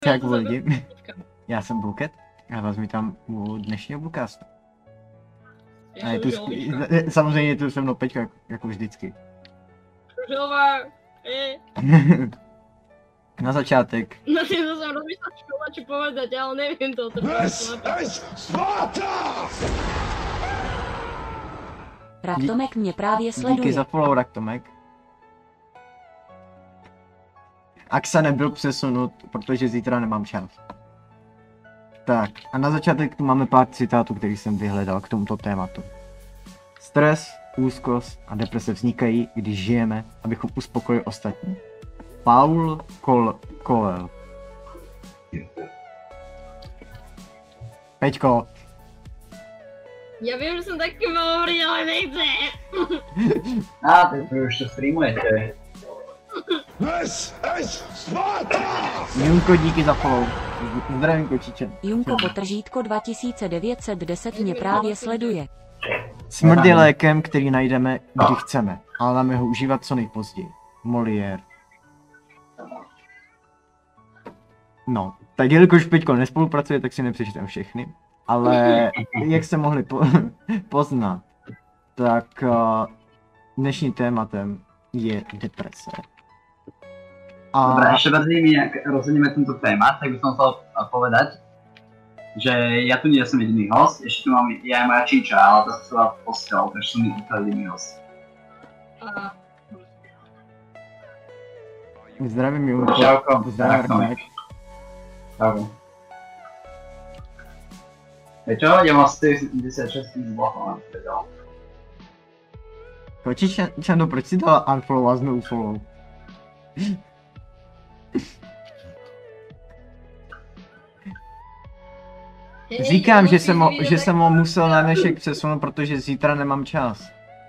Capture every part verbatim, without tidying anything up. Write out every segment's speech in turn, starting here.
Tak lidi, já jsem Bluket a vás vítám u dnešního Bluecastu. A je tu, samozřejmě je tu se mnou Peťka, jako vždycky. Na začátek. No ty to jsem rozmýšlel škola, čo povedať, ale neviem to. Raktomek mě právě sleduje. Díky za follow, Raktomek. Axa nebyl přesunut, protože zítra nemám čas. Tak, a na začátek tu máme pár citátů, který jsem vyhledal k tomuto tématu. Stres, úzkost a deprese vznikají, když žijeme, abychom uspokojili ostatní. Paul Col Coelho. Peťko. Ja viem, že som taký hovoril, ale nejde. Á, teď už to streamujete. Junko, díky za follow. Zdravím, kočiče. Junko potržítko dva tisíce devět set deset mě právě sleduje. Smrt je lékem, který najdeme, kdy chceme, ale máme ho užívat co nejpozději. Molière. No, tak jelikož Peťko nespolupracuje, tak si nepřečteme všechny. Ale jak jste mohli po poznat, tak uh, dnešním tématem je deprese. A... Dobre, ešte bez nimi, ak rozhodneme tento téma, tak by som chcel povedať, že ja tu nie som jediný host, ešte tu mám ja aj moja Číča, ale to sa chcela postel, takže som to jediný host. A... Zdravím, Junko. Čauko. Zdravím. Čauko. Je čo? Ja mám stodeväťdesiatšesť tisíc blokov, nevedel. Kočiče, Čando, proč si dala unfollow a znovu follow? Říkám, že jsem, ho, že jsem ho musel na dnešek přesunout, protože zítra nemám čas.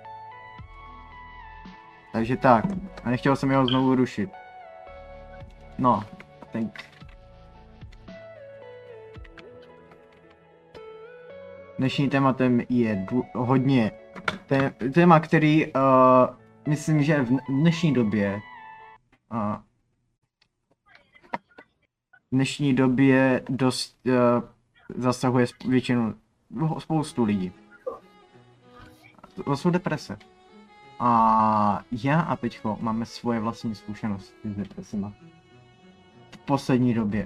Takže tak. A nechtěl jsem jeho znovu rušit. No, tak. Dnešním tématem je hodně té, téma, který uh, myslím, že v dnešní době uh, v dnešní době dost uh, zasahuje většinu, spoustu lidí. To jsou deprese. A já a Peťko máme svoje vlastní zkušenosti s depresema. V poslední době.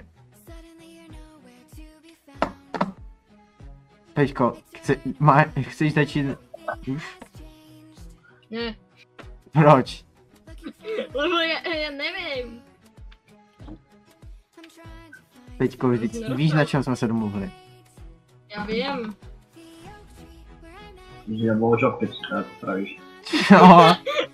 Peťko, chce, má, chceš začít už? Ne. Proč? Lebo ja, ja neviem. Peťko, vždyť víš, na čem jsme se domluvili. Ja viem. Že bol job, keď to pravíš. No.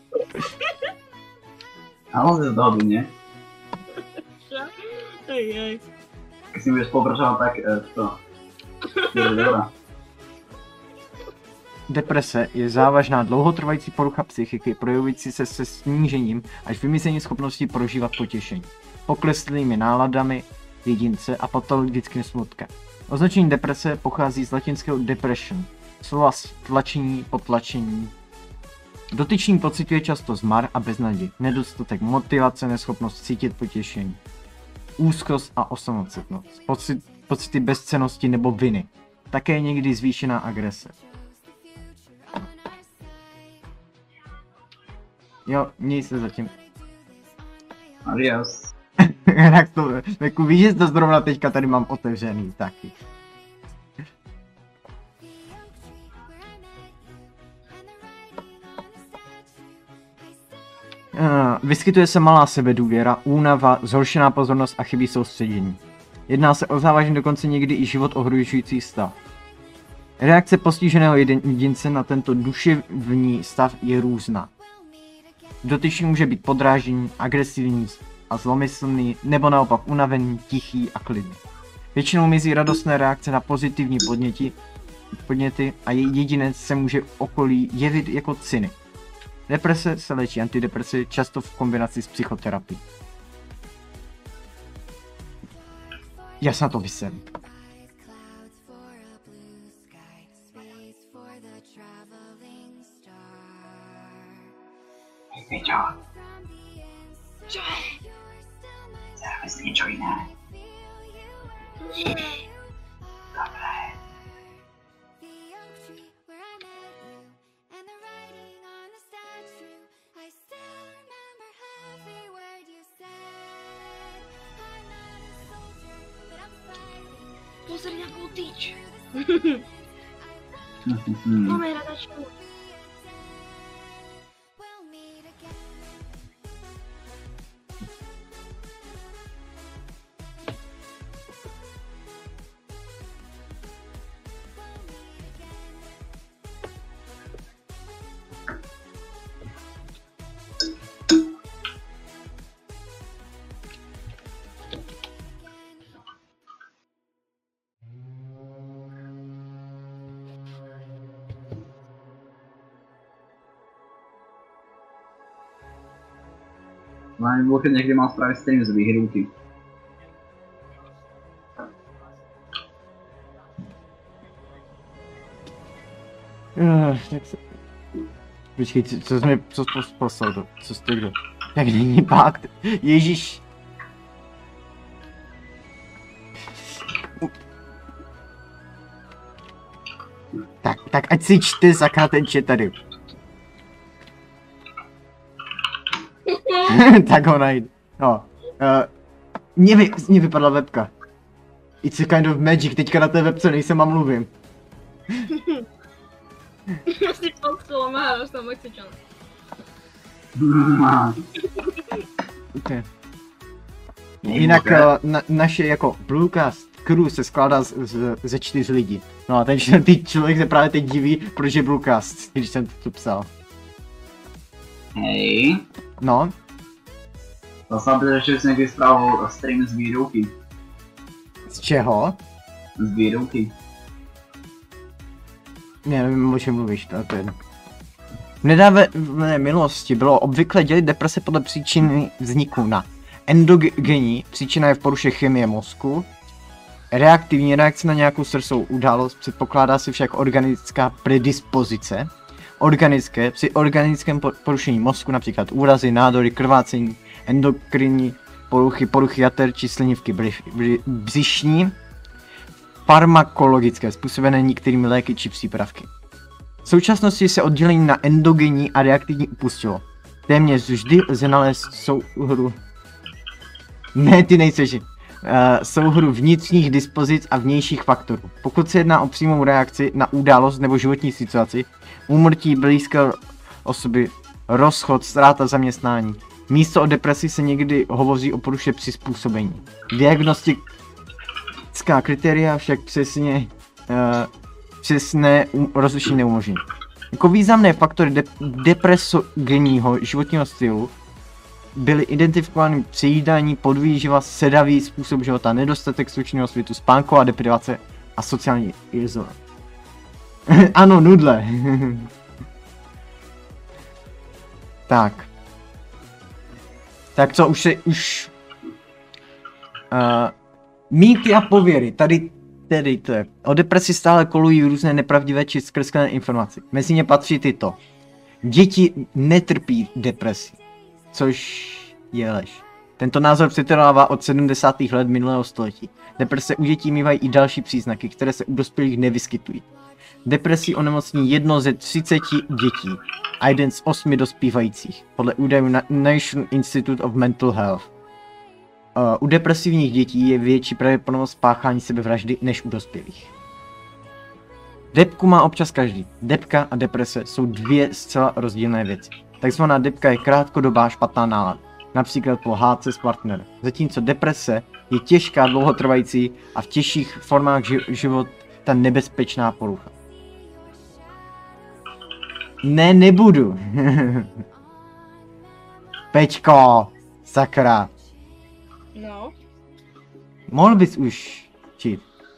Áno, sme zdohodli, nie? Čo? Ej, ej. Keď si budeš spolupracovať, tak to... Dobrá. Deprese je závažná dlouhotrvající porucha psychiky, projevující se se snížením až vymizení schopností prožívat potěšení, pokleslými náladami jedince a patologickým smutkem. Označení deprese pochází z latinského depression, slova tlačení, potlačení. Dotyčný pociťuje často zmar a beznaděj, nedostatek motivace, neschopnost cítit potěšení, úzkost a osamocenost, pocit, pocity bezcennosti nebo viny, také někdy zvýšená agrese. Jo, měj se zatím. Adios. Tak to, jako víš, že to zrovna teďka tady mám otevřený taky. Uh, vyskytuje se malá sebedůvěra, únava, zhoršená pozornost a chybí soustředění. Jedná se o závažný, dokonce někdy i život ohrožující stav. Reakce postiženého jedince na tento duševní stav je různá. Dotyčný může být podrážděný, agresivní a zlomyslný, nebo naopak unavený, tichý a klidný. Většinou mizí radostné reakce na pozitivní podněti, podněty a jedinec se může v okolí jevit jako cynik. Deprese se léčí antidepresy, často v kombinaci s psychoterapií. Já se na to vysím. Peťo. Čo je? Zároveň niečo iné. Pozor, nějakou tyč. Hmm. Máme radačku. Ale bylo, keď někdy mám spravit stream z výhrůky. Uh, tak se... Počkej, co, co jsi mi co jsi poslal to? Co jsi to kdo? Jak není pakt? Ježíš. Tak, tak ať si čte sakra ten chat tady. Tak ho najde. No. Uh, mě, vy, mě vypadla webka. It's a kind of magic, teďka na té webce nejsem a mluvím. Si podsalo, máš tam oxyčan. Okay. Jinak uh, na, naše jako Bluecast crew se skládá z, z, ze čtyř lidí. No a ten čtvrtý člověk se právě teď diví, proč je Bluecast, když jsem to tu psal. Hej. No. To jsem byl, že jsi někdy spravil stream z výrouky. Z čeho? Z výrouky. Nevím, o čem mluvíš, to, to je jedno. V nedávné minulosti bylo obvykle dělit deprese podle příčiny vzniku na endogenní, příčina je v poruše chemie mozku, reaktivní reakce na nějakou stresovou událost, předpokládá se však organická predispozice, organické, při organickém porušení mozku, například úrazy, nádory, krvácení, endokrinní poruchy, poruchy jater či slinivky břišní, farmakologické, způsobené některými léky či přípravky. V současnosti se oddělení na endogenní a reaktivní upustilo. Téměř vždy lze nalézt souhru... Ne, ty nejseš. Uh, souhru vnitřních dispozic a vnějších faktorů. Pokud se jedná o přímou reakci na událost nebo životní situaci, úmrtí blízké osoby, rozchod, ztráta zaměstnání. Místo o depresi se někdy hovoří o poruše přizpůsobení. Diagnostická kritéria však přesně uh, přesné um, rozlišení neumožní. Jako významné faktory de depresogenního životního stylu byly identifikovány přejídání, podvýživa, sedavý způsob života, nedostatek slušného světu, spánková deprivace a sociální izolace. Ano, nudle. Tak. Tak co, už se, už... Uh, mýty a pověry, tady, tady to je. O depresi stále kolují různé nepravdivé či zkreslené informace. Mezi ně patří tyto. Děti netrpí depresí, což je lež. Tento názor přetrvává od sedmdesátých let minulého století. Deprese u dětí mívají i další příznaky, které se u dospělých nevyskytují. Depresí onemocní jedno ze třiceti dětí a jeden z osmi dospívajících, podle údajů na National Institute of Mental Health. Uh, u depresivních dětí je větší pravděpodobnost spáchání sebevraždy než u dospělých. Depku má občas každý. Depka a deprese jsou dvě zcela rozdílné věci. Takzvaná depka je krátkodobá špatná nálada, například po hádce s partnerem. Zatímco deprese je těžká, dlouhotrvající a v těžších formách ži života nebezpečná porucha. Ne, nebudu. Peťko, sakra. No. Mohl bys už čít.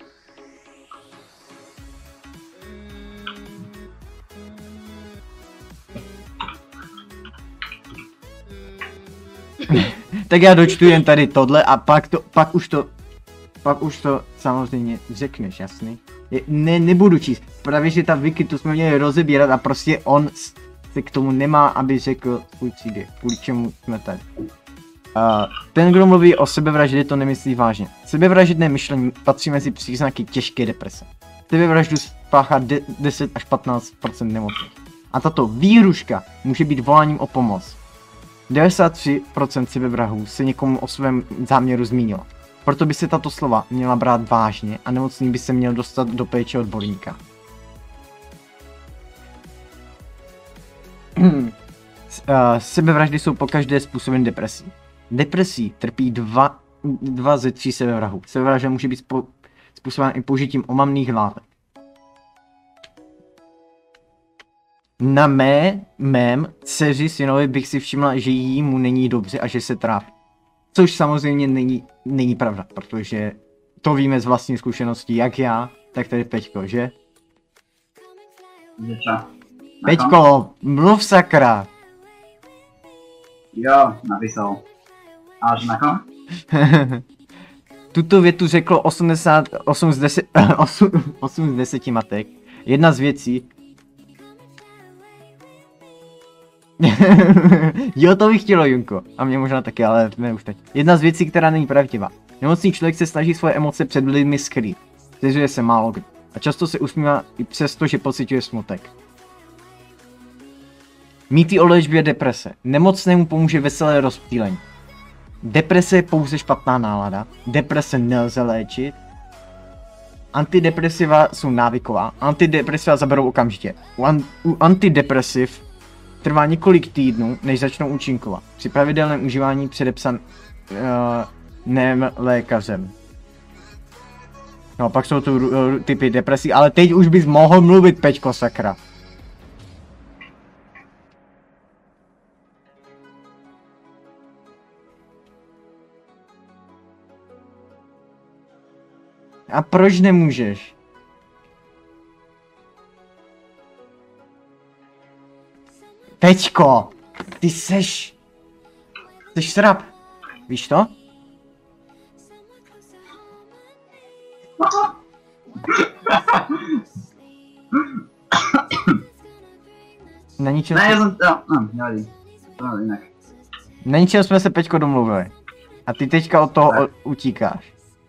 Tak já dočtu jen tady tohle a pak to, pak už to, pak už to samozřejmě řekneš, jasný? Je, ne, nebudu číst, právě že ta wiki tu jsme měli rozebírat a prostě on se k tomu nemá, aby řekl svůj příběh, kvůli čemu jsme tady. ten, kdo mluví o sebevraždě, to nemyslí vážně. Sebevražedné myšlení patří mezi příznaky těžké deprese. Sebevraždu spáchá deset až patnáct procent nemocných. A tato výhruška může být voláním o pomoc. devadesát tři procent sebevrahů se někomu o svém záměru zmínilo. Proto by se tato slova měla brát vážně a nemocný by se měl dostat do péče odborníka. Sebevraždy jsou pokaždé způsobem depresí. Depresí trpí dva, dva ze tří sebevrahů. Sebevražda může být spo, způsobena i použitím omamných látek. Na mé, mém dceři synovi bych si všimla, že jí mu není dobře a že se trápí. Což samozřejmě není, není pravda, protože to víme z vlastní zkušenosti, jak já, tak tady Peťko, že? Peťko, mluv sakra! Jo, napísal. Až na kom? Tuto větu řeklo osmdesát osm z deseti, osm z deseti matek. Jedna z věcí... Jo, to bych chtělo, Junko. A mě možná taky, ale ne už teď. Jedna z věcí, která není pravdivá. Nemocný člověk se snaží svoje emoce před lidmi skrýt. Stěžuje se málo kdy. A často se usmívá i přesto, že pociťuje smutek. Mýty o léčbě deprese. Nemocnému pomůže veselé rozptýlení. Deprese je pouze špatná nálada. Deprese nelze léčit. Antidepresiva jsou návyková. Antidepresiva zaberou okamžitě. U, an u antidepresiv trvá několik týdnů, než začnou účinkovat. Při pravidelném užívání předepsan uh, lékařem. No, pak jsou tu uh, typy depresí, ale teď už bys mohl mluvit, Peťko, sakra. A proč nemůžeš? Peťko, ty seš... Seš srap. Víš to? Na ničem... Ne, já jsem to... No, nevadí. To jinak. Na ničem jsme se, Peťko, domluvili. A ty teďka od toho o, utíkáš.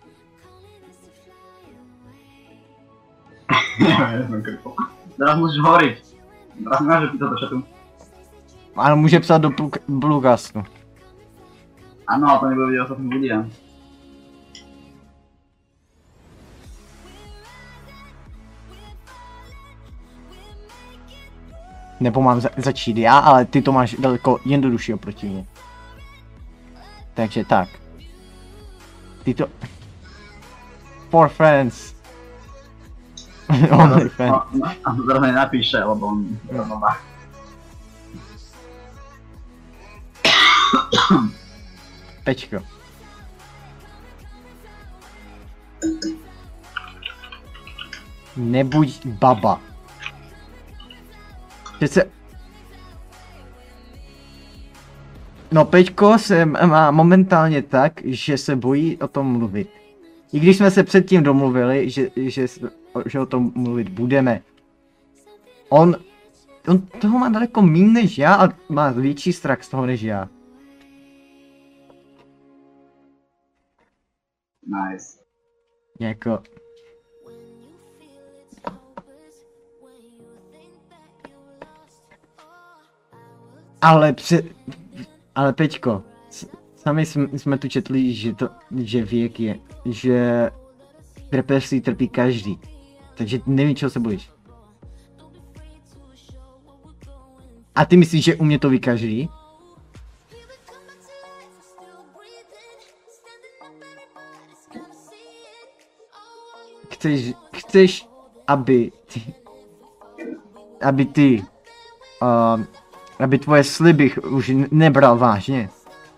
Teraz můžeš hovorit. Teraz nemáš pýtať do chatu. Ale může psát do Bluecastu. Ano, ale to nebude vidět ostatní ľudia. Nebo mám za začít já, ale ty to máš daleko jednodušší oproti mě. Takže tak. Ty to... For friends. Only friends. A to teda nenapíše, lebo on... Pečko. Nebuď baba. Přece... No, Peťko se má momentálně tak, že se bojí o tom mluvit. I když jsme se předtím domluvili, že, že, že o tom mluvit budeme. On, on toho má daleko méně než já a má větší strach z toho než já. Nice. Jako... Ale pře... Ale Peťko, sami jsme, jsme tu četli, že to, že věk je, že depresí trpí každý. Takže nevím, čeho se bojíš. A ty myslíš, že u mě to ví každý? Chceš, chceš, aby ty, aby ty, uh, aby tvoje sliby už nebral vážně.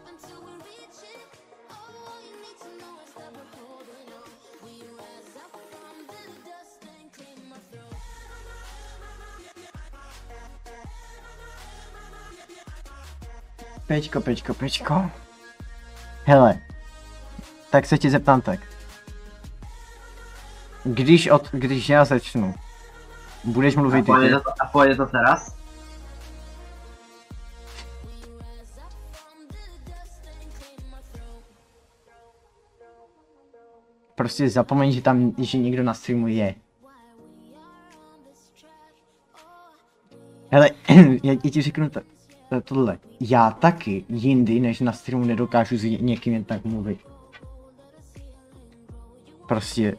Pečko, Pečko, Pečko. Hele, tak se ti zeptám tak. Když, od, když já začnu, budeš mluvit ty. A pojede to teraz? prostě zapomeň, že tam, že někdo na streamu je. Hele, já, já ti řeknu to, to, tohle. Já taky jindy, než na streamu nedokážu s někým jen tak mluvit. Prostě...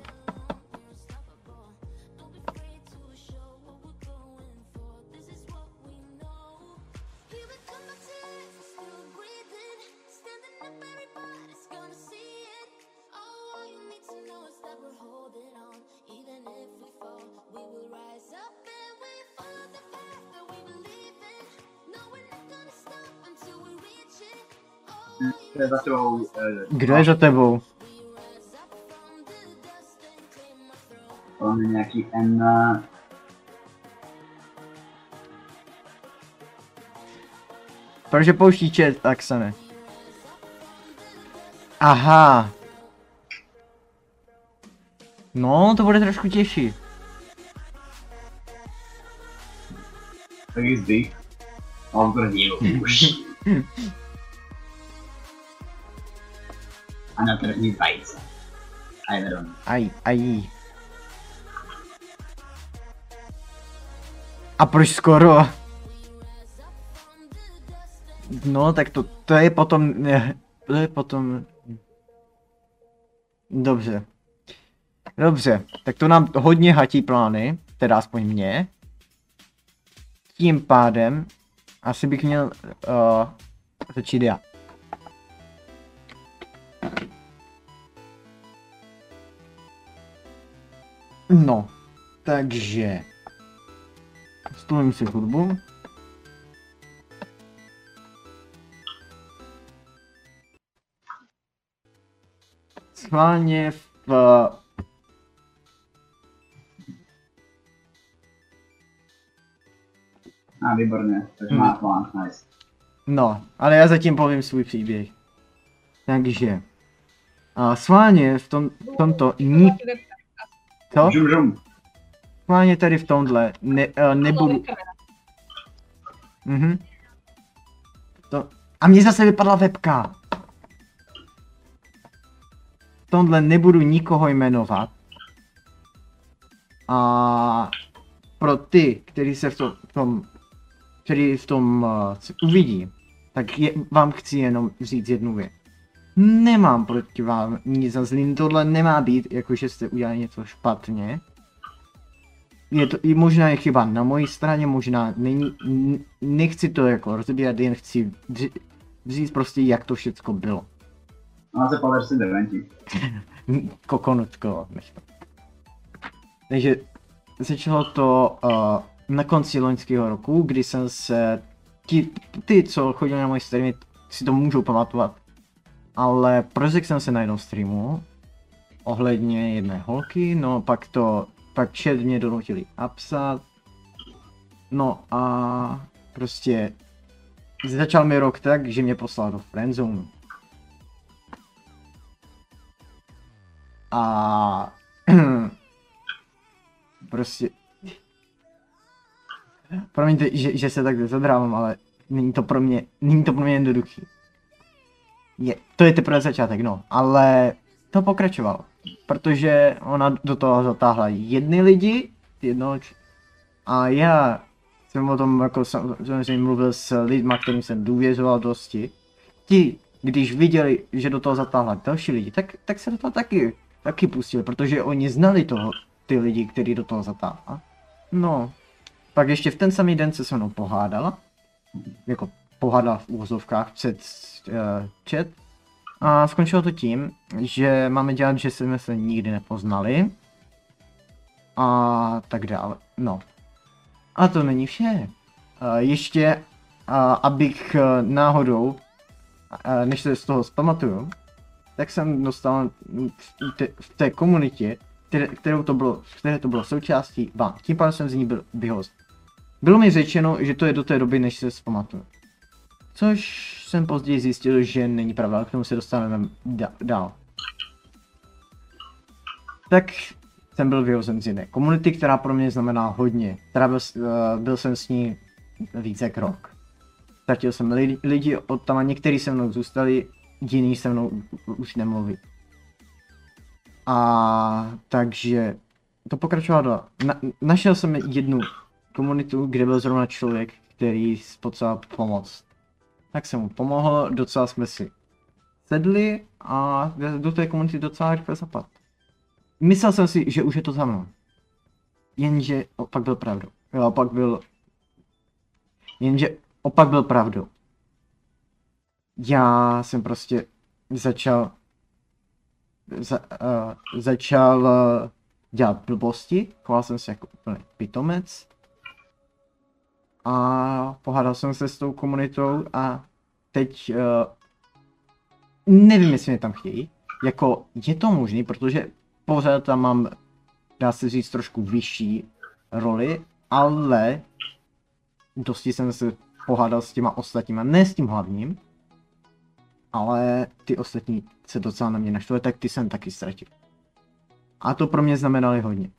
To je za tebou... Kdo je za tebou? On je nějaký N... Protože pouští chat, tak se ne. Aha. No, to bude trošku těžší. Tak je zdy. On to díl už. A na první vajce. Aj vedom. Aj, aj. A proč skoro? No, tak to, to je potom, ne, to je potom... Dobře. Dobře, tak to nám hodně hatí plány, teda aspoň mě. Tím pádem, asi bych měl uh, začít já. No, takže... Stolím si hudbu. Schválně v... A výborně, takže má plán, nice. No, ale já zatím povím svůj příběh. Takže... A schválně v, tom, v tomto... Ni... Co? Žum, žum. Schválně tady v tomhle ne, uh, nebudu... Mhm. To... A mně zase vypadla webka. V tomhle nebudu nikoho jmenovat. A pro ty, kteří se v tom, v tom který v tom uh, uvidí, tak je, vám chci jenom říct jednu věc. Nemám proti vám nic za zlým, tohle nemá být, jakože jste udělali něco špatně. Je to, i možná je chyba na mojí straně, možná není, nechci to jako rozebírat, jen chci říct prostě, jak to všecko bylo. No se pověř si deventi. Kokonutko, nech to. Takže začalo to uh, na konci loňského roku, kdy jsem se, ti, ty, co chodili na moje streamy, si to můžou pamatovat. Ale prozek jsem se na jednom streamu ohledně jedné holky, no pak to, pak chat mě donutili napsat. No a prostě začal mi rok tak, že mě poslal do friendzone. A prostě promiňte, že, že se takhle zadrávám, ale není to pro mě, není to pro mě jednoduchý. Je, to je teprve začátek, no, ale to pokračovalo, protože ona do toho zatáhla jedny lidi, jednoho, a já jsem o tom jako samozřejmě mluvil s lidma, kterým jsem důvěřoval dosti. Ti, když viděli, že do toho zatáhla další lidi, tak, tak se do toho taky, taky pustili, protože oni znali toho, ty lidi, kteří do toho zatáhla. No, pak ještě v ten samý den se se mnou pohádala, jako pohádala v úvozovkách před uh, chat. A skončilo to tím, že máme dělat, že jsme se nikdy nepoznali. A tak dále, no. A to není vše. Uh, ještě, uh, abych uh, náhodou, uh, než se z toho zpamatuju, tak jsem dostal v té, v té komunitě, které, kterou to bylo, které to bylo součástí ban. Tím pádem jsem z ní byl vyhost. Bylo mi řečeno, že to je do té doby, než se zpamatuju. Což jsem později zjistil, že není pravda, ale k tomu se dostaneme dál. Tak jsem byl vyhozen z jedné komunity, která pro mě znamená hodně. Trávil, uh, byl jsem s ní více jak rok. Ztratil jsem lidi, lidi od tam a někteří se mnou zůstali, jiní se mnou už nemluví. A takže to pokračovalo dál. Na, našel jsem jednu komunitu, kde byl zrovna člověk, který potřeboval pomoc. Tak jsem mu pomohl, docela jsme si sedli a do té komunity docela rychle zapad. Myslel jsem si, že už je to za mnou. Jenže opak byl pravdou. Jo, opak byl... Jenže opak byl pravdou. Já jsem prostě začal... Za, uh, začal uh, dělat blbosti, choval jsem se jako úplný pitomec. A pohádal jsem se s tou komunitou a teď... Uh, nevím, jestli mě tam chtějí. Jako, je to možný, protože pořád tam mám, dá se říct, trošku vyšší roli, ale dosti jsem se pohádal s těma ostatníma, ne s tím hlavním, ale ty ostatní se docela na mě naštvali, tak ty jsem taky ztratil. A to pro mě znamenalo hodně.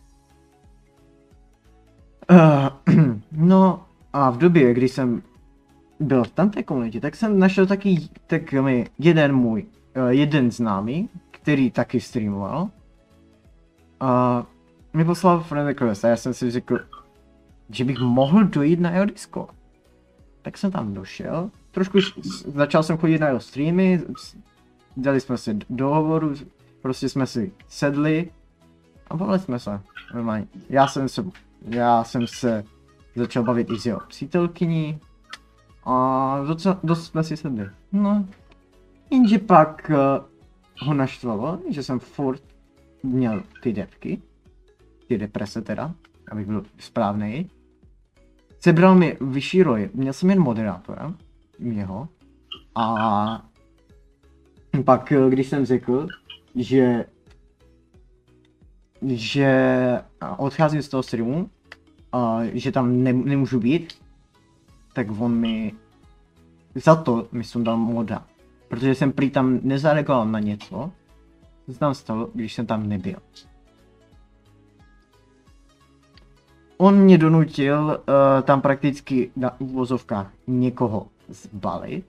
Uh, no a v době, kdy jsem byl v tamté komunitě, tak jsem našel taky tak mi jeden můj, uh, jeden známý, který taky streamoval. A mi poslal friend request a já jsem si řekl, že bych mohl dojít na jeho Discord. Tak jsem tam došel, trošku začal jsem chodit na jeho streamy, dali jsme se do hovoru, prostě jsme si sedli a bavili jsme se normálně. Já jsem se, já jsem se začal bavit i s jeho přítelkyní a docela, dost jsme si sedli. No, jenže pak uh, ho naštvalo, že jsem furt měl ty depky, ty deprese teda, abych byl správnej. Sebral mi vyšší roli, měl jsem jen moderátora, něho, a pak když jsem řekl, že že odcházím z toho streamu, a že tam ne, nemůžu být, tak on mi za to mi sundal moda, protože jsem prý tam nezareagoval na něco, co se tam stalo, když jsem tam nebyl. On mě donutil uh, tam prakticky na uvozovkách někoho zbalit.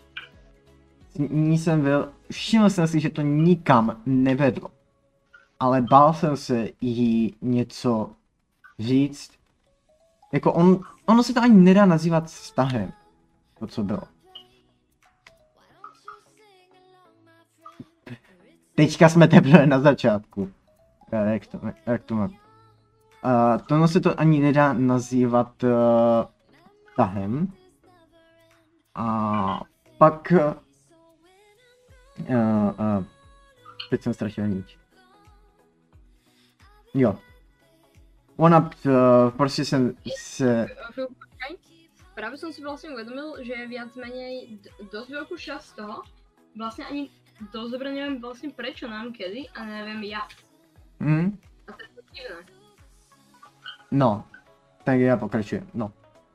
Ní jsem byl, všiml jsem si, že to nikam nevedlo. Ale bál jsem se jí něco říct. Jako on, ono se to ani nedá nazývat vztahem, to co bylo. Teďka jsme teprve na začátku. Jak to, jak to mám? Uh, tohle se to ani nedá nazývat uh, vztahem. A pak... Uh, uh, teď jsem ztratil nič. Jo. Ona, uh, prostě jsem se... Právě jsem si vlastně uvědomil, že víc menej dost velkou část toho vlastně ani dost dobře nevím vlastně prečo nám kedy a nevím jak. Hmm? A to je to divné. No, tak já pokračuji, no.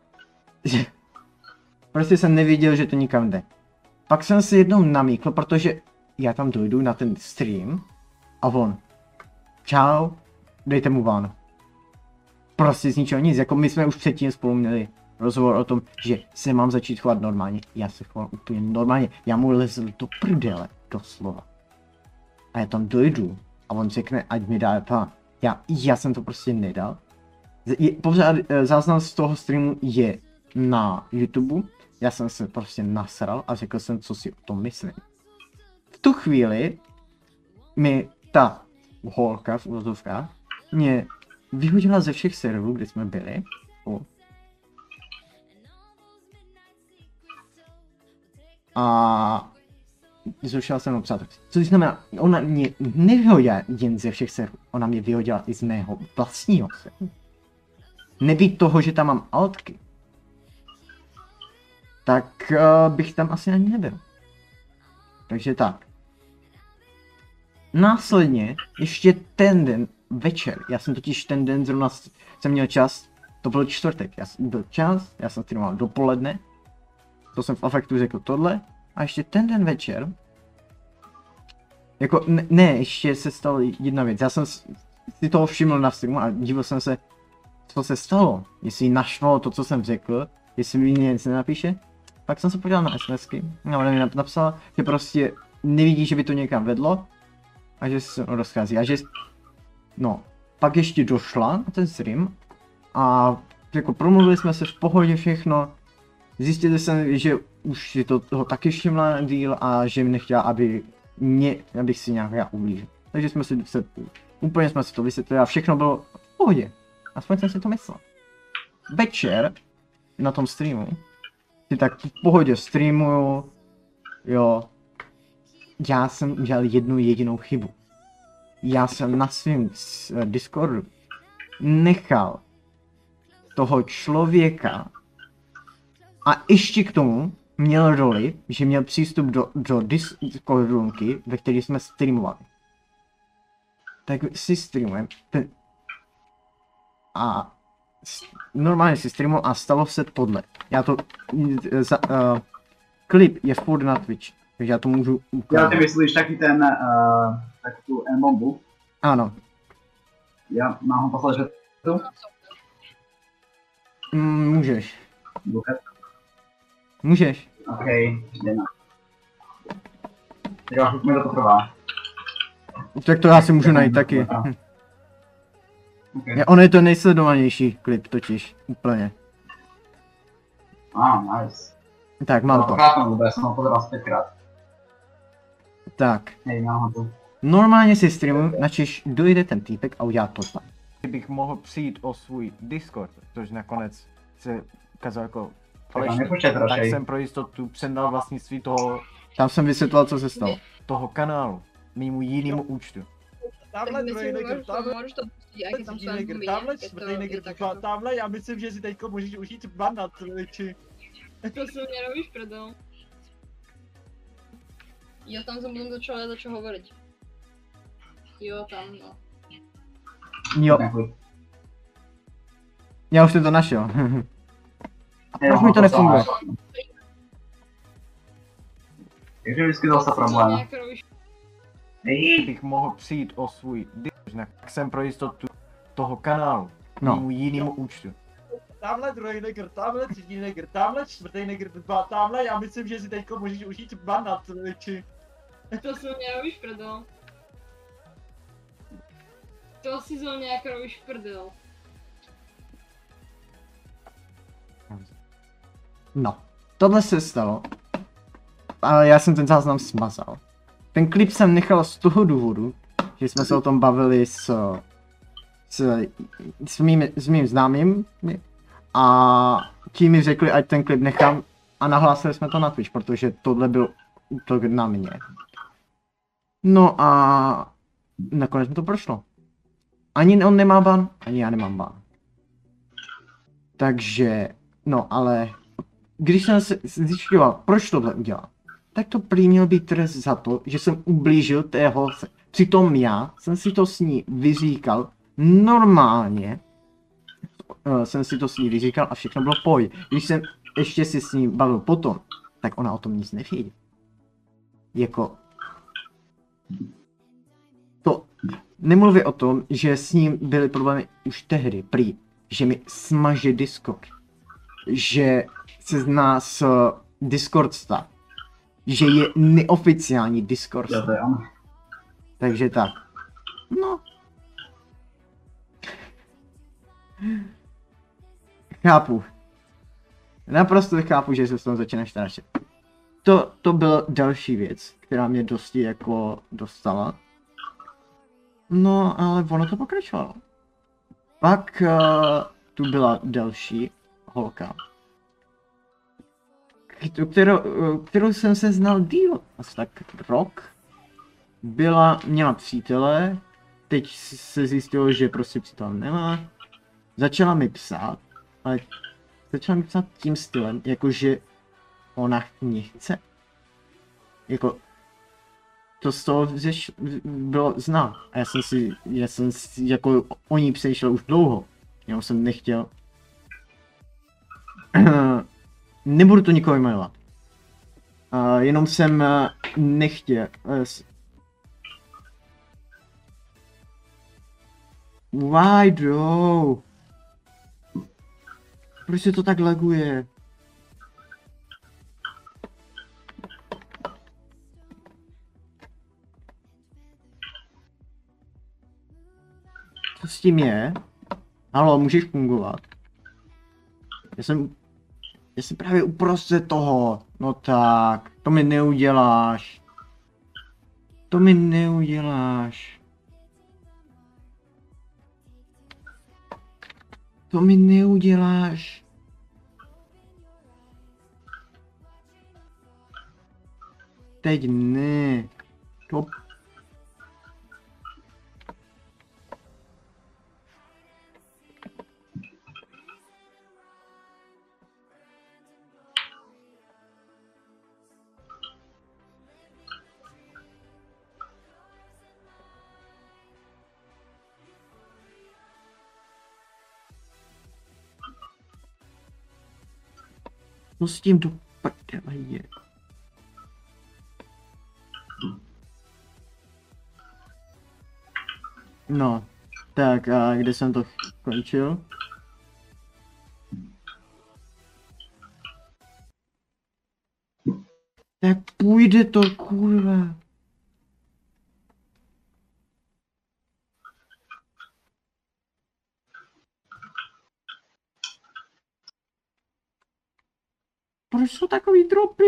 Prostě jsem nevěděl, že to nikam jde. Pak jsem si jednou namíkl, protože já tam dojdu na ten stream a on, čau, dejte mu van. Prostě z ničeho nic, jako my jsme už předtím spolu měli rozhovor o tom, že se mám začít chovat normálně. Já se chovám úplně normálně, já mu lezl do prdele, doslova. A já tam dojdu a on řekne, ať mi dá pán. Já, já jsem to prostě nedal. Je, pořád záznam z toho streamu je na YouTube. Já jsem se prostě nasral a řekl jsem, co si o tom myslím. V tu chvíli mi ta holka v úvozovkách mě vyhodila ze všech serverů, kde jsme byli. O. A zrušila jsem mnou přátel. Což znamená, ona mě nevyhodila jen ze všech serverů, ona mě vyhodila i z mého vlastního serveru. Nebýt toho, že tam mám altky, tak uh, bych tam asi ani nebyl. Takže tak. Následně, ještě ten den večer, já jsem totiž ten den zrovna jsem měl čas, to byl čtvrtek, já jsem byl čas, já jsem streamoval dopoledne, to jsem v afektu řekl tohle, a ještě ten den večer, jako ne, ne ještě se stala jedna věc, já jsem si toho všiml na streamu a díval jsem se, co se stalo, jestli našlo to, co jsem řekl, jestli mi nic nenapíše. Pak jsem se podíval na SMSky, a ona mi napsala, že prostě nevidí, že by to někam vedlo a že se rozchází a že, no, pak ještě došla na ten stream a jako promluvili jsme se v pohodě všechno, zjistili jsem, že už si to toho taky všimla díl a že mi nechtěla, aby mě, abych si nějak já ublížil. Takže jsme si se, úplně jsme si to vysvětlili a všechno bylo v pohodě. Aspoň jsem si to myslel. Večer na tom streamu si tak v pohodě streamuju, jo. Já jsem udělal jednu jedinou chybu. Já jsem na svém Discordu nechal toho člověka a ještě k tomu měl roli, že měl přístup do, do Discordunky, ve které jsme streamovali. Tak si streamujeme ten... a normálně si streamoval a stalo se tohle. Já to... Za, uh, klip je furt na Twitch, takže já to můžu ukázat. Já ty myslíš taky ten, uh, tak tu M-bombu? Ano. Já mám ho poslat, že tu? Mm, můžeš. Lukat. Můžeš. OK, jdeme. Jo, už mi to potrvá. Tak to já si můžu najít taky. Okay. Ja, ono je to nejsledovanější klip totiž, úplně. Ah, nice. Tak, mám to. Chápem vůbec, jsem ho pozval pětkrát. Tak. Hej, mám ho tu. Normálně si streamuju, načež dojde ten týpek a udělá tohle. Kdybych mohl přijít o svůj Discord, což nakonec se ukázalo jako falešný, tak jsem pro jistotu předal vlastnictví toho, tam jsem vysvětloval, co se stalo, toho kanálu, mému jinému účtu. Tamhle druhý negr, tamhle, Můžeš to pustit, jak je tam třetí negr, tamhle čtvrtý negr, tamhle, já myslím, že si teďko můžeš užít ban na Twitchi. To si mě robíš prdel. Jo, tam jsem potom začal já začal hovorit. Jo, tam no. Jo. Já už jsem to našel. A proč mi to nefunguje? Takže vždycky zase problém. Kdybych mohl přijít o svůj Discord, tak jsem pro jistotu toho kanálu, no, mému jinému účtu. Tamhle druhý negr, tamhle třetí negr, tamhle čtvrtý negr, tamhle, já myslím, že si teďko můžeš užít ban na Twitchi. To si mě robíš prdel. To si zo mě jak robíš prdel. No, tohle se stalo. Ale já jsem ten záznam smazal. Ten klip jsem nechal z toho důvodu, že jsme se o tom bavili s, s, s, mým, s mým známým a ti mi řekli, ať ten klip nechám a nahlásili jsme to na Twitch, protože tohle byl útok na mě. No a nakonec mi to prošlo. Ani on nemá ban, ani já nemám ban. Takže, no ale, když jsem se zjišťoval, proč tohle udělal, tak to prý měl být trest za to, že jsem ublížil té holce. Přitom já jsem si to s ní vyříkal normálně. Uh, jsem si to s ní vyříkal a všechno bylo v pohodě. Když jsem ještě si s ní bavil potom, tak ona o tom nic nevěděla. Jako... To... Nemluvě o tom, že s ním byly problémy už tehdy, prý, že mi smaže Discord. Že se zná s Discord stav. Že je neoficiální Discord. Jo, to je on. Takže tak. No. Chápu. Naprosto chápu, že se s tom začínáš strašit. To, to byla další věc, která mě dosti jako dostala. No, ale ono to pokračovalo. Pak uh, tu byla další holka. Kterou, kterou jsem se znal díl, asi tak rok. Byla, měla přítele, teď se zjistilo, že prostě přítel nemá. Začala mi psát, ale začala mi psát tím stylem, jakože ona mě chce. Jako, to z toho vzeš, bylo znát. A já jsem si, já jsem si jako o ní přemýšlel už dlouho. Já jsem nechtěl. Nebudu to nikoho jmenovat. Uh, jenom jsem uh, nechtěl. Uh, Why bro? Proč se to tak laguje? co s tím je? Halo, můžeš fungovat? Já jsem... Já jsem právě uprostřed toho. No tak, to mi neuděláš. To mi neuděláš. To mi neuděláš. Teď ne. To... Co s tím do prdele je? No, tak a kde jsem to končil? Tak půjde to, kurva. Proč jsou takový dropy?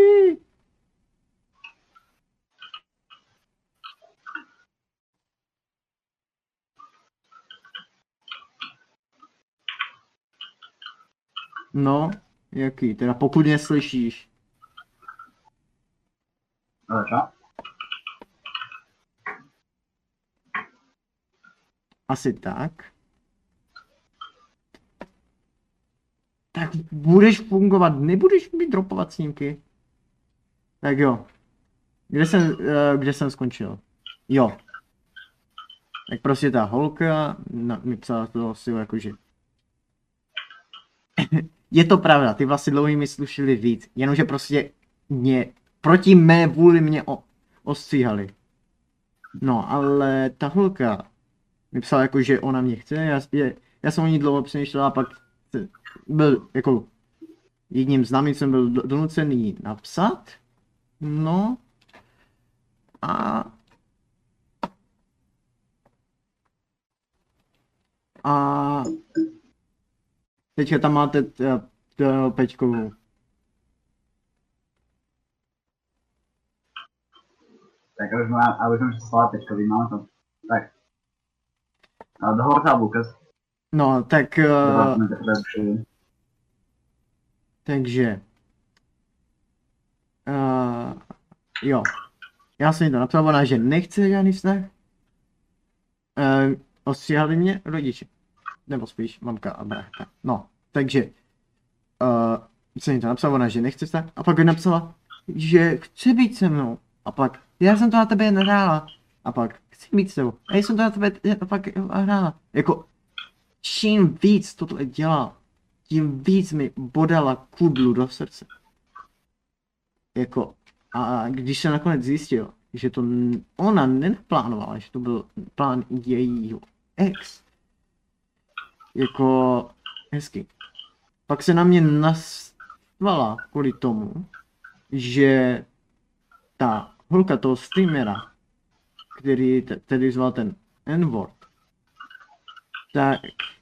No, jaký? Teda pokud neslyšíš. Ale čo? Asi tak. Tak budeš fungovat, nebudeš mít dropovat snímky. Tak jo. Kde jsem, uh, kde jsem skončil? Jo. Tak prostě ta holka na, mi psala to asi jakože. Je to pravda, ty vlasy dlouhý mi slušily víc, jenomže prostě mě, proti mé vůli mě o, ostříhali. No, ale ta holka mi psala jako, že ona mě chce, já, je, já jsem o ní dlouho přemýšlela a pak byl jako jedním z námi jsem byl donucený napsat, no a a teďka tam máte tu Peťkovou. Tak už mám, a už mám přeslala Peťkový, máme to. Tak. Ale dohovor třeba Lukas. No, tak... Uh, jsme teprve přijeli. Takže... Uh, jo. Já jsem jí to napsal, ona, že nechce žádný vztah. Uh, ostříhali mě rodiče. Nebo spíš mamka a brácha. No, takže... Uh, jsem jí to napsal, ona, že nechce vztah. A pak mi napsala, že chce být se mnou. A pak, já jsem to na tebe nahrála. A pak, chci být s tebou. A já jsem to na tebe pak hrála. Jako... Čím víc tohle dělá, tím víc mi bodala kudlu do srdce. Jako, a když se nakonec zjistil, že to ona nenaplánovala, že to byl plán jejího ex, jako hezky. Pak se na mě naštvala kvůli tomu, že ta holka toho streamera, který tedy zval ten N-word, tak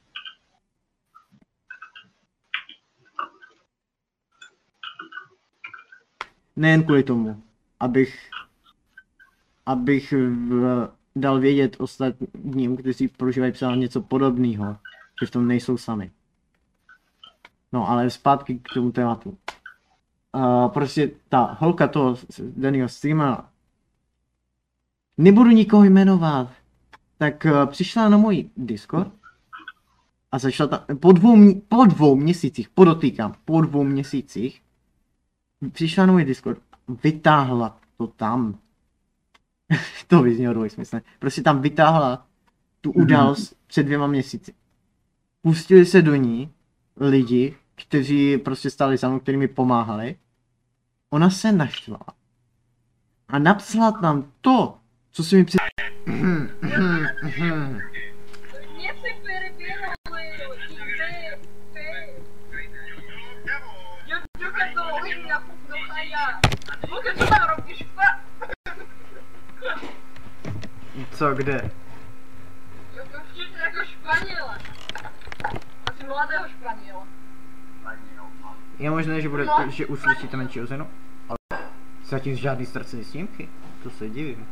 nejen kvůli tomu, abych, abych v, dal vědět ostatním, kteří prožívají psát něco podobného, že v tom nejsou sami. No ale zpátky k tomu tématu. Uh, prostě ta holka toho daného streamera, nebudu nikoho jmenovat, tak uh, přišla na můj Discord a začala tam, po dvou, po dvou měsících, podotýkám, po dvou měsících, přišla na můj Discord, vytáhla to tam. To vyznělo dvojsmyslně. Prostě tam vytáhla tu událost před dvěma měsíci. Pustili se do ní lidi, kteří prostě stáli za mnou, kteří mi pomáhali. Ona se naštvala. A napsala tam to, co si mi před... Co, kde? Jako Španěla. Asi mladého Španěla. Je možné, že, bude, No, že uslyšíte menší ozvěnu? Ale zatím žádný ztracený snímky. To se divím.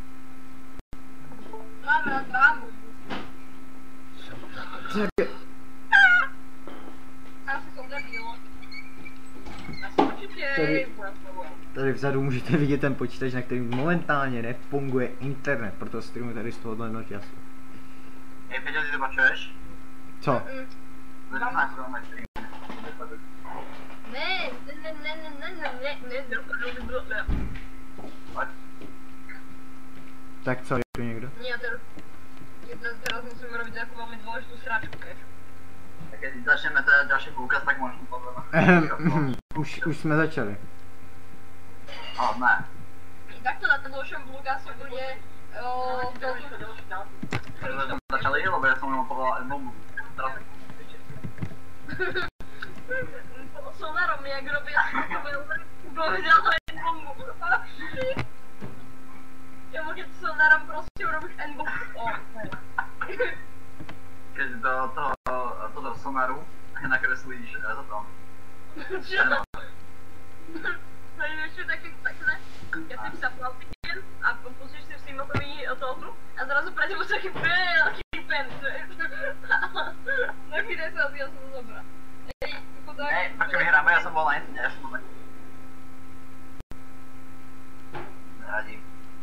Mám rád bábu. Tak, Asi jsem debil. Asi určitě. Tady- tady vzadu můžete vidět ten počítač, na kterým momentálně nefunguje internet, proto streamuji tady z tohohle noťasu. Hej, Peťo, ty to počuješ? Co? Mm. To je znáš, kdo má stream. Ne, ne, ne, ne, ne, ne, ne, ne, ne, ne, Pojď. Tak co, je tu někdo? Nie, teraz, teraz, teraz musíme robiť takú veľmi dôležitú sračku, vieš. Tak když začneme ten další poukaz, tak možná pozveme. Ehem, už, už jsme začali. Ale ne. Takto na tom ďalšom Lukásu bude o, to, Takže jsme začali, lebo já jsem jenom povolal jednou. sonarom, jak robia povedala N-bombu. Ja keď sonarom proste urobíš N-bombu. O, ne. Keď do toho, toho sonaru nakreslíš za to. Čo? Tady ešte také takhle, ja si psa plastiken a pustíš si v Simotovi tohoto a zrazu pre tebou taký veľký pen. Taký desát, ja som to dobrá. Ej, chudák. Ne, tak my hráme, já jsem byl na internet, já jsem byl tak. Neradím.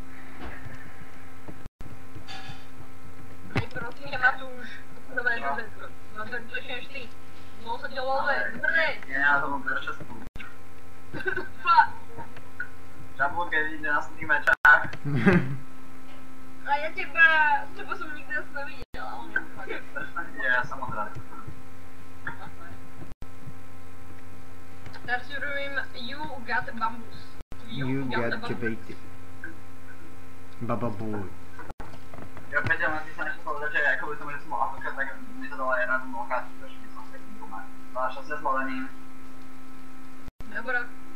Ej, prosím, Matúš. Dobre, dobre. No tak začneš ty. No sa ťa love, zbrne. Já to mám teda šestku. Fa. Žabu, keď jde na svých mečách. A ja teba, teba som nikdy asi nevidela. Já jsem odradil. Teraz si urobím You Got Bambus. You get debated. Baba boy. Jo, Peťa, mám ty se nešlo povedať, že jako by to měli mohla počkat, tak mi to dala jedna z lokácí, takže my jsme se tím doma. Máš asi zvolený. Dobre.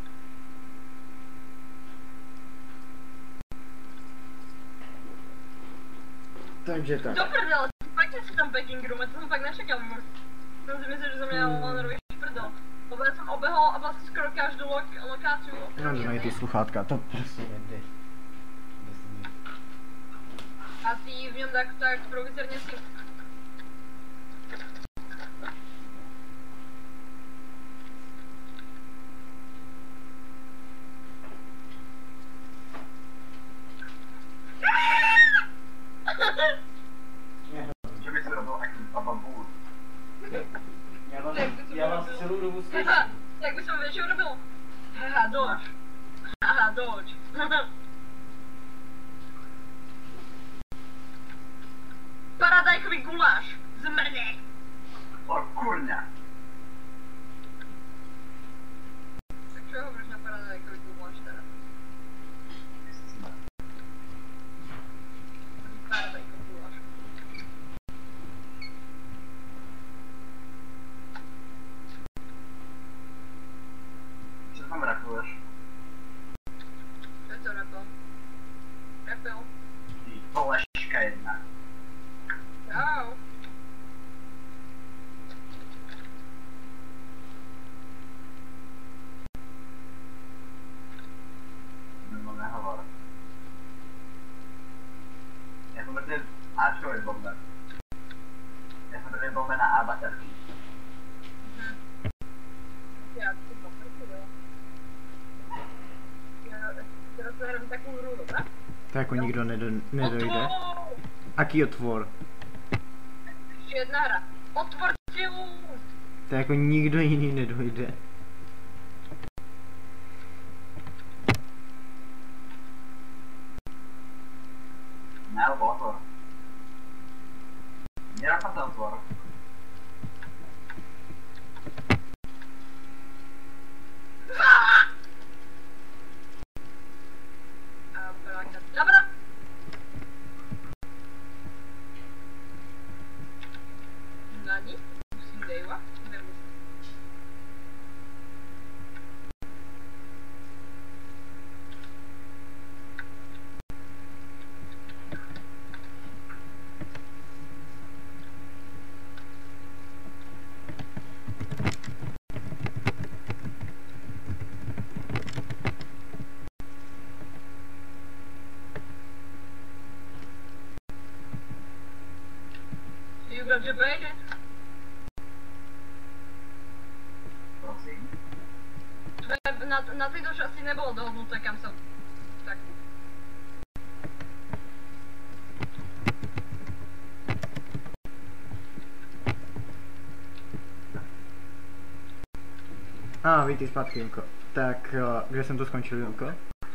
Takže tak. Do prdele, fakt si tam packing room, to som fakt nečakal. Som si myslel, že som měl len robiť prdel. Lebo ja som obehol a vlastne skoro každú lo lokáciu. No, mají ty sluchátka, to prostě nejde. A ty v ňom tak, tak provizorne si... Že by si robil aký baba bůl. Já vás, Tak by to já vás bylo. celou dobu slyším. Haha, tak by som vieš, čo robil? Haha, doč. Haha, doč. Paradajkový guláš. Zmrde. O kurňa. Tak čo hovoríš na paradajkový guláš teraz? Paradajkový guláš. Co tam rakuješ? Čo je to repel? Repel. Ty poleška jedna. Čau. Nebo nehovor. Já jsem protože Ačkovi bombe. Já jsem protože bombe na A baterky. Mhm. Ja, ty poprvé, jo. Ja, teraz zahrám takú hru, dobrá? To jako nikdo nedo, nedojde. Otvor! Aký otvor? Ešte jedna hra. Otvorte ju! To jako nikdo jiný nedojde. Ne, nebo otvor. Dělám tam ten otvor. Dobra! Nani? Musím dejva? Nemusím. You got your baby. Prosím. Na, na teď už asi nebylo dohodnuté, kam se... Tak. A, ah, víte zpátky, Junko. Tak, uh, kde jsem to skončil, Junko?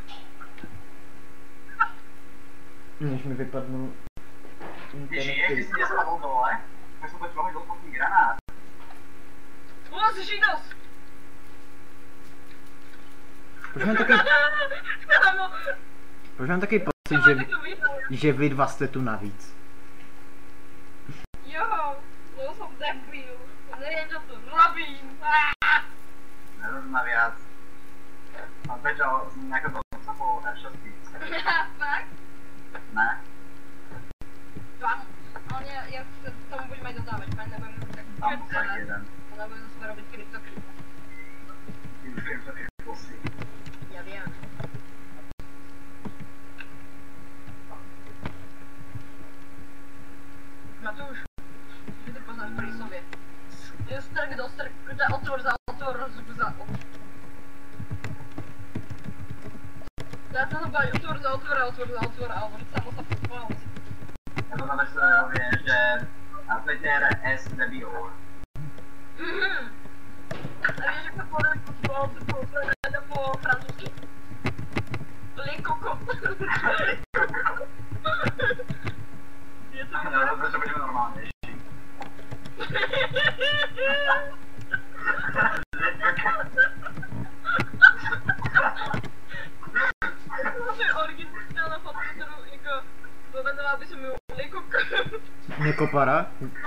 Než mi vypadnul... Ty žiješ, ty jsi mě spadl dole, tak jsem potřeboval do poslední granát. O, slyší dost! Proč mám taky... Proč mám taky pocit, že, že vy dva jste tu navíc? Jo, to jsem debil. Nevím, co to robím. Nerozum navíc. Mám Peťo, nějakou to co F šest. Fakt? Ne? Vám, ale já, já se tomu budeme aj dodávat, fajn, nebudeme tak Tam poslední jeden. a nebudeme zase robiť kryptokryp. Ty už vím, co ty posí. Já vím. Matúš, že ty poznáš pri sobě. Je strk do strk, otvor za otvor, rozrup za otvor. Dá sa to bať otvor za otvor a otvor za otvor, alebo že sa postav pomôcť. Já to znamená slově, že Twitter S debil. Mhm. A víš, jak to po, po, po, po, po francouzsky? Le coco. Je to Já rozumím, že budeme normálnější. To je originálna fotka, kterou jako povedala, aby som ju le coco. Nekopara?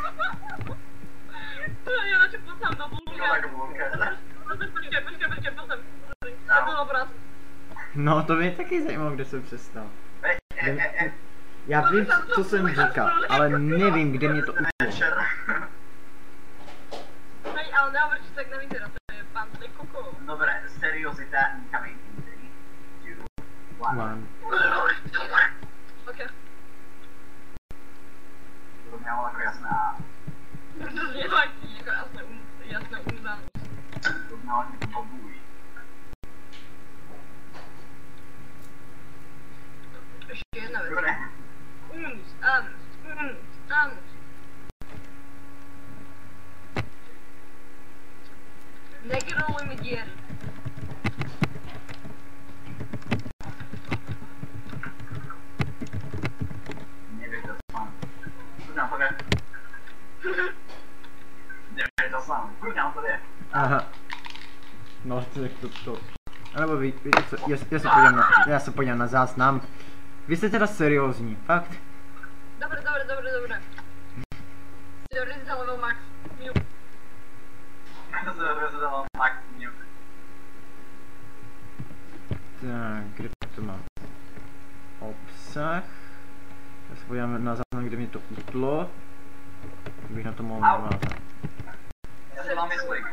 Já radši poznám do bulka. Tak bulka. Počkej, počkej, počkej, poznám. To byl obraz. No, to mě taky zajímalo, kde jsem přestal. Ej, ej, ej, ej. Já vím, co jsem říkal, ale nevím, kde mě to úplně. Večer. Hej, ale nehovoríš tak nevyzerá, to je pán le coco. Dobré, seriozita incoming in three, two, one. Mám. Ok. To mělo jako jasná, To znělo jako jasné, um, jasné umzanost. to mělo jako pobůj. Ještě jedna věc. Dobré. Unus, anus, unus, anus. Negroluj mi děry. Nevěř to sám. Kuďám to jde. Nevěř to sám. Kuďám to jde. Aha. No, tak to, to. A nebo ví, víte co, já, já, se podívám na, já se podívám na záznam. Vy jste teda seriózní, fakt? Dobre, dobre, dobre, dobre. Si dobre si level max. Miu. To se dobře zadalo max nuke. Tak, kde to mám? Obsah. Já se podívám na záznam, kde mě to utlo. Bych na to mohl navázat. Já se vám myslím.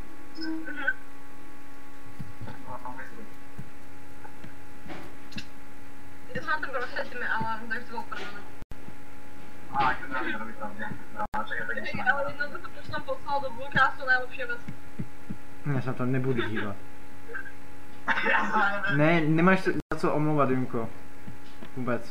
Ja som na tom rozsvietime, ale tak to bol prdele. A, tak to nevím, to by tam je. No, čekaj, tak Hej, ještě ale jednoducho to som poslal do Bluecastu najlepšie vec. Já se na to nebudu dívat. Já se nevím. Ne, nemáš se za co omlouvat, Junko. Vůbec.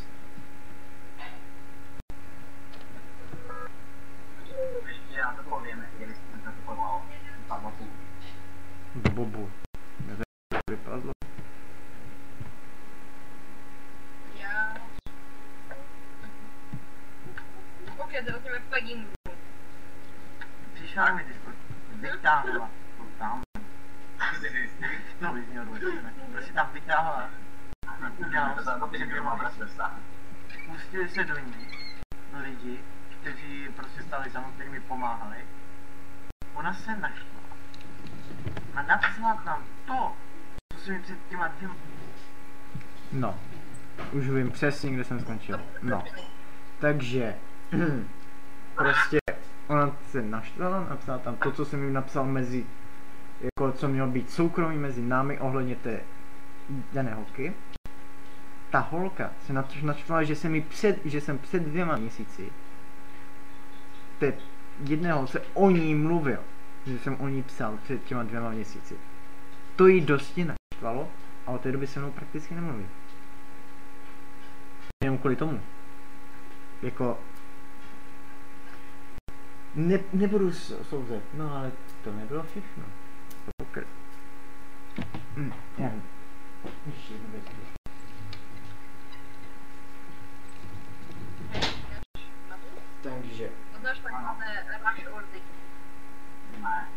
Ještě na to povíme, jestli jsme to povolal. Tam mocí. Do bobu. Nevím, co vypadlo. Ja... Ok, teraz ideme Pegingu. Přišla mi disku. Vytáhla. Tam. No, bys měl důležité. Prostě tam vytáhla. Udělal jsem to, že by mohla prostě pustili se do ní lidi, kteří prostě stali za mnou, kteří mi pomáhali. Ona se našla a napsala tam to, co jsem mi před těma dvěma... No. Už vím přesně, kde jsem skončil. No. Takže... prostě ona se naštvala, napsala tam to, co jsem jim napsal mezi... Jako co mělo být soukromí mezi námi ohledně té dané holky. Ta holka se naštvala, že jsem, jí před, že jsem před dvěma měsíci té jedné holce o ní mluvil, že jsem o ní psal před těma dvěma měsíci. To jí dosti naštvalo a od té doby se mnou prakticky nemluví. Jenom kvůli tomu. Jako... Ne, nebudu souzet, no ale to nebylo všechno. To hm, já ještě jednu věc. Takže... Znáš takzvané rush ordy? Ne.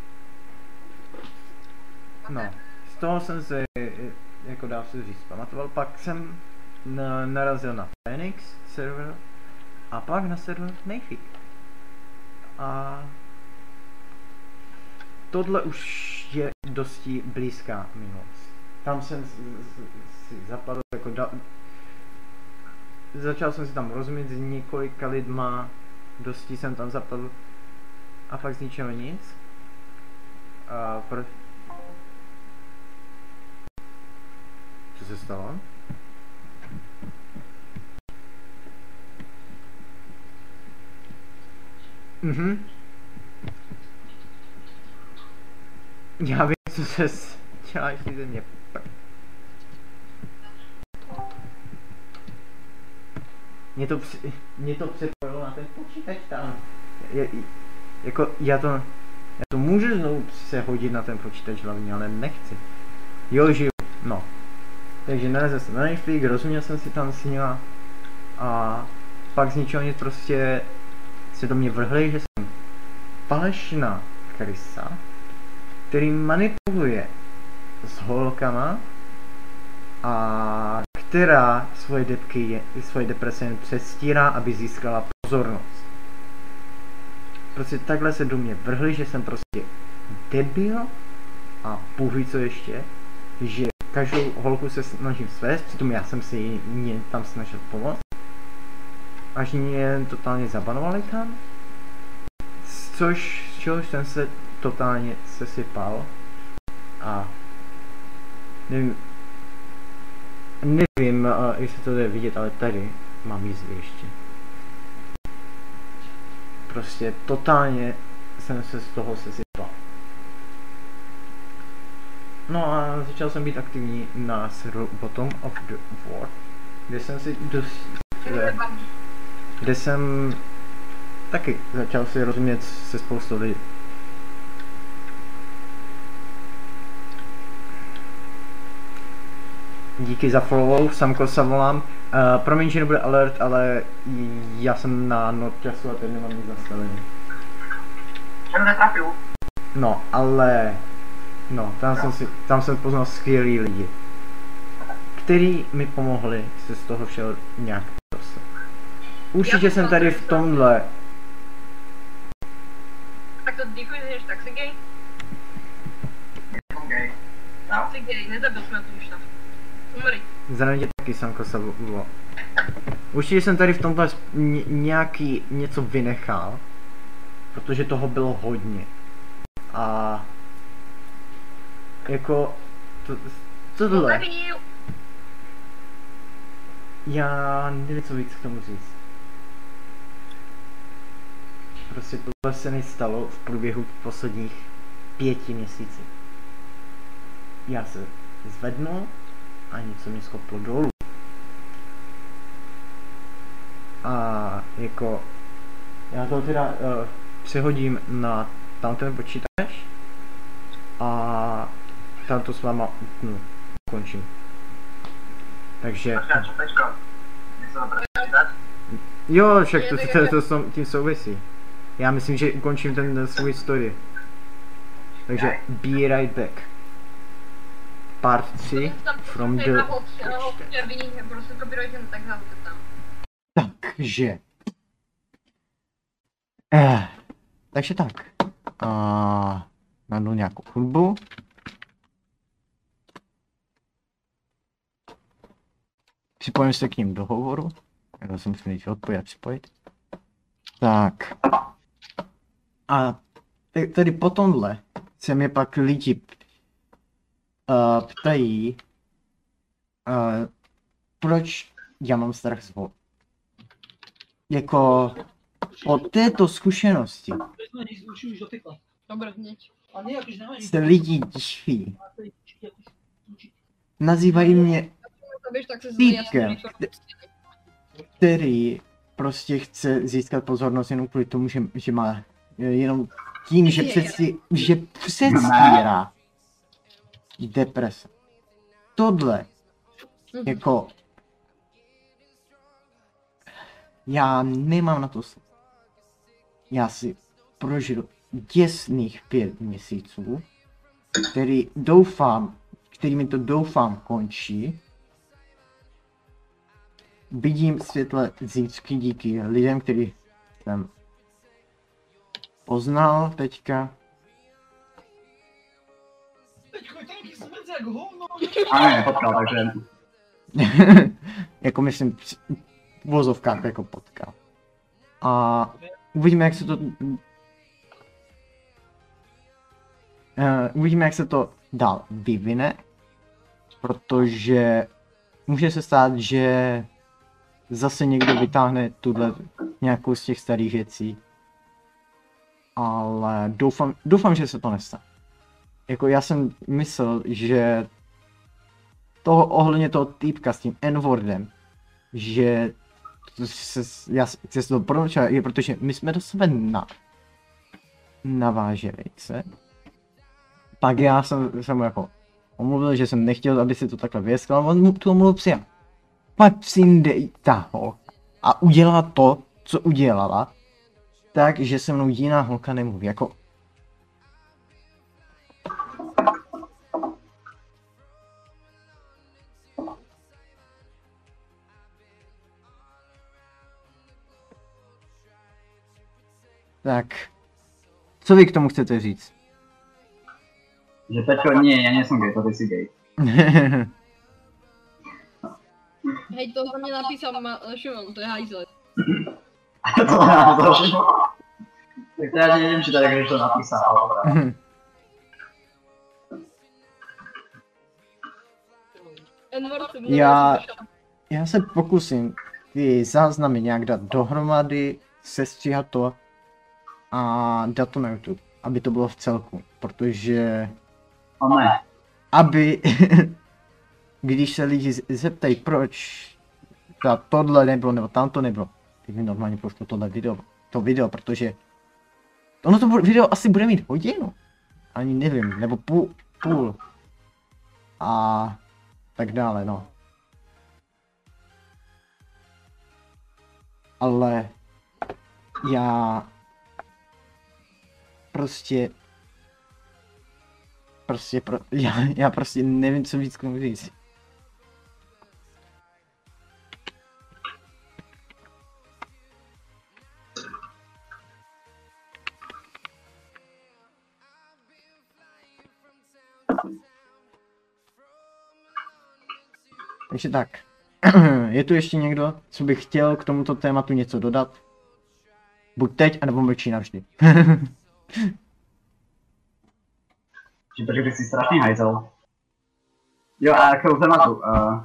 No, z toho jsem se, jako dá se říct, pamatoval, pak jsem na, narazil na Phoenix server a pak na server Neyfig. A tohle už je dosti blízká minulost. Tam jsem si zapadl, jako da, začal jsem si tam rozumět s několika lidma, dosti jsem tam zapadl a pak z ničeho nic. A pro... Co se stalo? Mhm. Já vím, co se děláš ty ze mě. Mě to, při, mě to přepojilo na ten počítač tam. Je, jako, já to, já to můžu znovu se hodit na ten počítač hlavně, ale nechci. Jo, žiju, no. Takže narazil jsem na Neyfig, rozuměl jsem si tam s nima a pak z ničeho nic prostě se do mě vrhli, že jsem falešná krysa, který manipuluje s holkama a která svoje depky, svoje deprese jen přestírá, aby získala pozornost. Prostě takhle se do mě vrhli, že jsem prostě debil a Bůh ví co ještě, že každou holku se snažím svést, přitom já jsem si jí tam snažil pomoct. Až mě totálně zabanovali tam. Což, z čehož jsem se totálně sesypal. A nevím, nevím, uh, jestli to jde vidět, ale tady mám jízdy ještě. Prostě totálně jsem se z toho sesypal. No a začal jsem být aktivní na serveru Bottom of the War, kde jsem si dost, kde, kde jsem taky začal si rozumět se spoustou lidí. Díky za follow, Samko se volám. Uh, promiň, že nebude alert, ale já jsem na notčasu a teď nemám nic nastavený. Jsem netrafil. No, ale... No, tam jsem, si, tam jsem poznal skvělý lidi, který mi pomohli se z toho všeho nějak dostat. Určitě jsem tady v tomhle. Tak to děkuji, že jsi tak si gay. Okay. No. Jsi gay, nezabil jsme tu už tam. Umri. Zraně taky Sanko se volal. Určitě jsem tady v tomhle nějaký něco vynechal, protože toho bylo hodně. A jako to, tohle. Já nevím, co víc k tomu říct. Prostě tohle se mi stalo v průběhu posledních pěti měsíců. Já se zvednu a něco mě skoplo dolů. A jako já to teda uh, přehodím na tamten počítač a tam to s váma utnu, končím. Takže... Jo, však to, to, to, to tím souvisí. Já myslím, že ukončím ten, ten svůj story. Takže be right back. Part tři from the... Takže... Eh, takže tak. Uh, Najdu nějakou hudbu. Připojím se k ním do hovoru. Já jsem si nejdřív odpojit a připojit. Tak. A tady po tomhle se mě pak lidi uh, ptají, uh, proč já mám strach z vod. Jako, po této zkušenosti Už dotekla. Dobré, hněď. A ne, jakože nemáš. se lidi diví. Nazývají mě Běž, tak se týpkem, který prostě chce získat pozornost jenom kvůli tomu, že, že má jenom tím, že, předstí, že předstírá deprese. Tohle, jako, já nemám na to slov. Já si prožil děsných pět měsíců, který doufám, kterými to doufám končí. Vidím světle zítřky díky lidem, který jsem poznal teďka. Teďko je taky smrdz jak hovno. A ne, nepotkal, takže... Jako myslím, v vozovkách jako potkal. A uvidíme, jak se to... Uh, uvidíme, jak se to dál vyvine. Protože může se stát, že zase někdo vytáhne tuhle nějakou z těch starých věcí. Ale doufám, doufám, že se to nestane. Jako já jsem myslel, že toho ohledně toho týpka s tím N-wordem, že se, já se to promlčel, je protože my jsme do sebe na, naváželi se. Pak já jsem, jsem jako omluvil, že jsem nechtěl, aby si to takhle vyjeskal, ale on mu tu omluvu přijal. Pak přijde i ta holka a udělá to, co udělala, tak, že se mnou jiná holka nemluví, jako... Tak, co vy k tomu chcete říct? Že Peťo, nie, ja nie som gay, to ty si gay. Hej, to za mě napísal Ma- Šimon, to je hajzle. To znamená to všechno. Tak to ja neviem, či tak, že to napísal, ale dobrá. N-word jsem Já- neslyšel. Já se pokusím ty záznamy nějak dát dohromady, sestříhat to a dát to na YouTube, aby to bylo v celku, protože No ne. aby, když se lidi z- zeptají, proč ta tohle nebylo, nebo tamto nebylo, teď mi normálně pošlo tohle video, to video, protože ono to bu- video asi bude mít hodinu, ani nevím, nebo půl, půl a tak dále, no. Ale já prostě prostě pro, já, já prostě nevím, co víc k tomu říct. Takže tak. Je tu ještě někdo, co by chtěl k tomuto tématu něco dodat? Buď teď, anebo mlčí navždy. Že Peťo, ty si strašný hajzel. Jo, a k tomu tématu. Uh...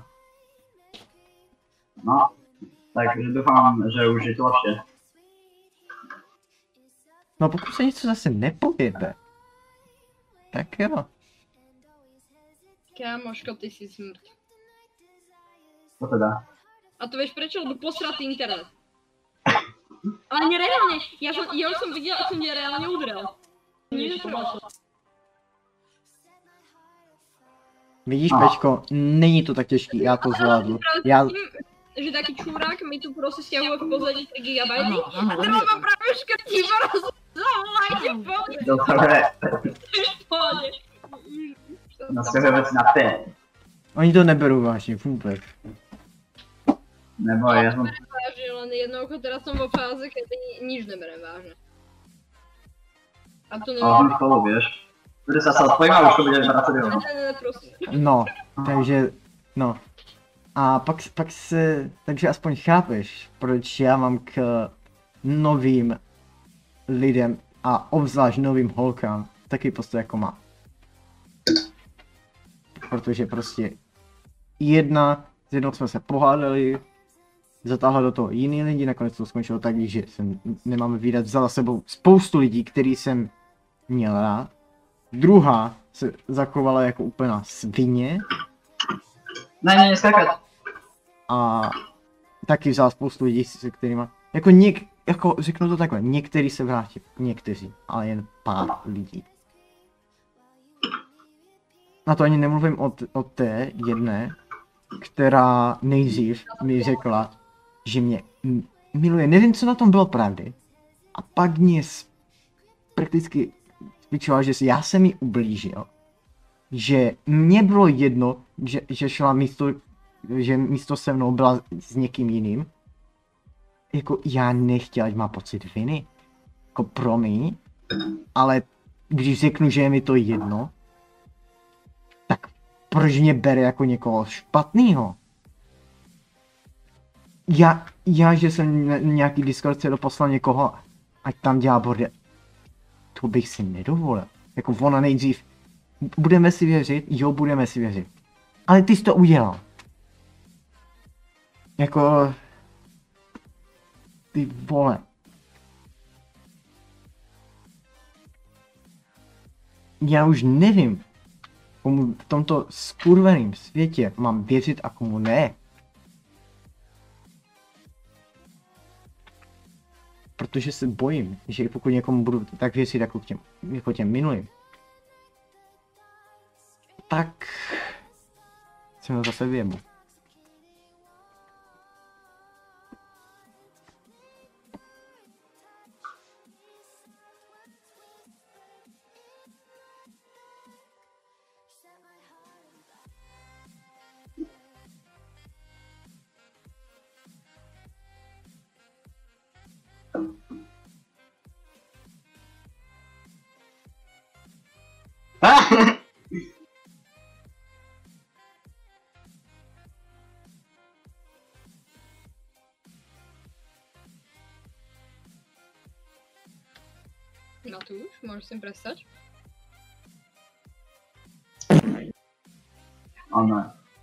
No, takže doufám, že už je to lepšie. No pokud se něco zase nepojede, tak jo. Kámoško, ty jsi smrt. To teda. A to víš proč, lebo posrat internet. Ale nie reálne, ja, som, ja už som videl, a som ťa reálne udrel. Nič netrvalo. Vidíš, Aha. Pečko, není to tak těžký, já to zvládnu. Já, Že taký čurák mi tu prostě stiahuje v pozadí tri gigabajty a to mám práve škrtí rozvolajte pohode. Dobre, Pohode. naskazuje veci na P. oni to neberou vážně vůbec. Nebo ja som... Vážne, len jednoducho teraz som vo fáze, kedy nič neberem vážne. A to Ale neviem. som spolu, vieš. Bude sa sa odpojím a už to bude vracať Ne, rovno. ne, ne, prosím. No, takže, no. A pak, pak se, takže aspoň chápeš, proč já mám k novým lidem a obzvlášť novým holkám taky postoj jako má. Protože prostě jedna, s jednou jsme se pohádali, zatáhla do toho jiný lidi, nakonec to skončilo tak, že jsem nemáme výdat, vzala sebou spoustu lidí, který jsem měl rád. Druhá se zachovala jako úplná svině. Ne, ne, neskákat. A taky vzala spoustu lidí, se kterýma, jako něk, jako řeknu to takhle, někteří se vrátili, někteří, ale jen pár lidí. A to ani nemluvím o, t- o té jedné, která nejdřív mi řekla, že mě m- miluje, nevím, co na tom bylo pravdy. A pak mě s- prakticky vyčula, že já jsem jí ublížil. Že mně bylo jedno, že, že šla místo, že místo se mnou byla s někým jiným. Jako já nechtěl, ať má pocit viny. Jako promiň, ale když řeknu, že je mi to jedno, tak proč mě bere jako někoho špatného? Já, já, že jsem na nějaký Discord se doposlal někoho, ať tam dělá bordel. To bych si nedovolil. Jako ona nejdřív, budeme si věřit? Jo, budeme si věřit. Ale ty jsi to udělal. Jako... Ty vole. Já už nevím, komu v tomto skurveném světě mám věřit a komu ne. Protože se bojím, že pokud někomu budu tak věřit jako těm, jako těm minulým, tak se ho zase vyjebu. Matúš, môžeš sem prestať? Ono.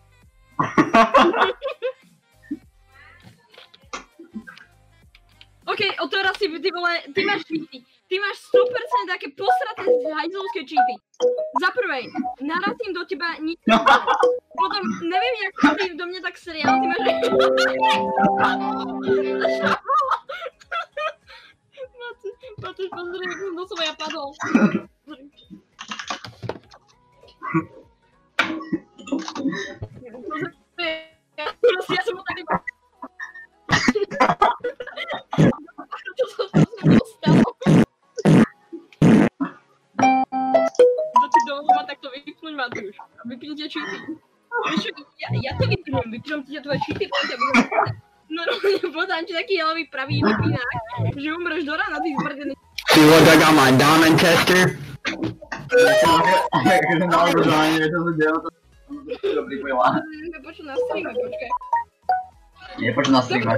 OK, odteraz si ty vole, ty máš cheaty. Ty máš sto percent také posraté hajzlovské cheaty. Za prvé, naracím do teba nič. No. Potom, neviem, jak ty do mňa tak seriál, ty máš... Matúš, pozri, jak som do seba ja padol. Pozri, ja som ho tak iba... To som sa stalo. Do ty doma ma takto vypnúť, Matúš. Vypni ťa cheaty. Vieš čo, ja, ja ti vypnem, vypnem ti ťa tvoje cheaty, poviem ťa, normálne podám ti taký jelový pravý vypínák, že umreš do rána, ty zbrdený. See what I got my diamond tester? Jakože na odbrzání, že to se dělo, to je dobrý pojela. Počuť na streame, počkaj. Je, počuť na streame.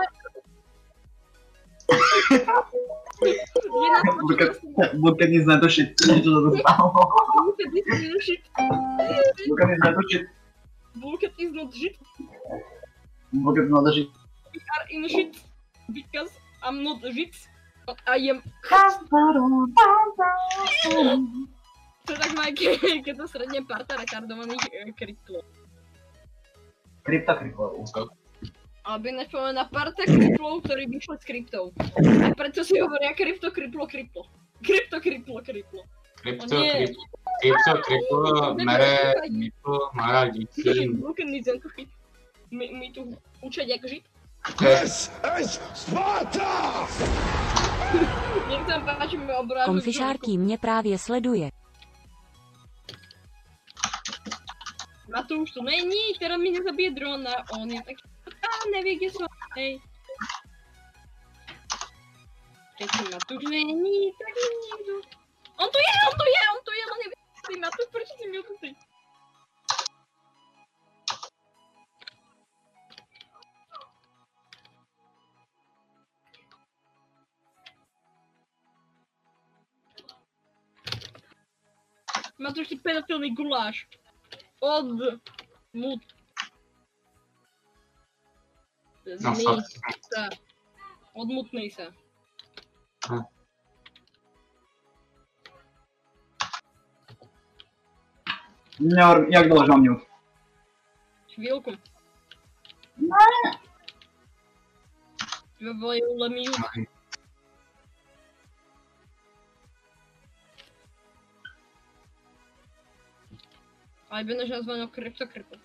Buket nic netušit, že to dostalo. Buket nic netušit. Buket nic netušit. Buket is not shit. Buket not shit. We are in shit. Because I'm not shit. But I am... To je tak má, keď to sredne parta retardovaných kryplov. Krypta kryplov. Aby nešlo na parta kryplov, ktorí vyšli s kryptou. A preto si hovoria krypto, kryplo, kryplo. Krypto, kryplo, kryplo. Krypto, krypto, krypto, krypto, mere, myplo, mara, díky. Buket nic netušit. My, my tu učať jak žiť. This is Sparta! Nech tam páči mi obrázok. Konfišárký mě právě sleduje. Matúš tu není, teraz mi nezabije dron a on je tak... A nevie, kde som, hej. Keď tu Matúš není, tak není nikto. On tu je, on tu je, on tu je, on nevie. Ty Matúš, prečo si mi otúci? Matúš, ty pedofilný guláš. Od... Mut. No Zný fakt. se. Odmutnej se. Hm. Junior, jak dlouho mám mute? Chvílku. Ve vole mute. Ale by než nazvano krypto krypto.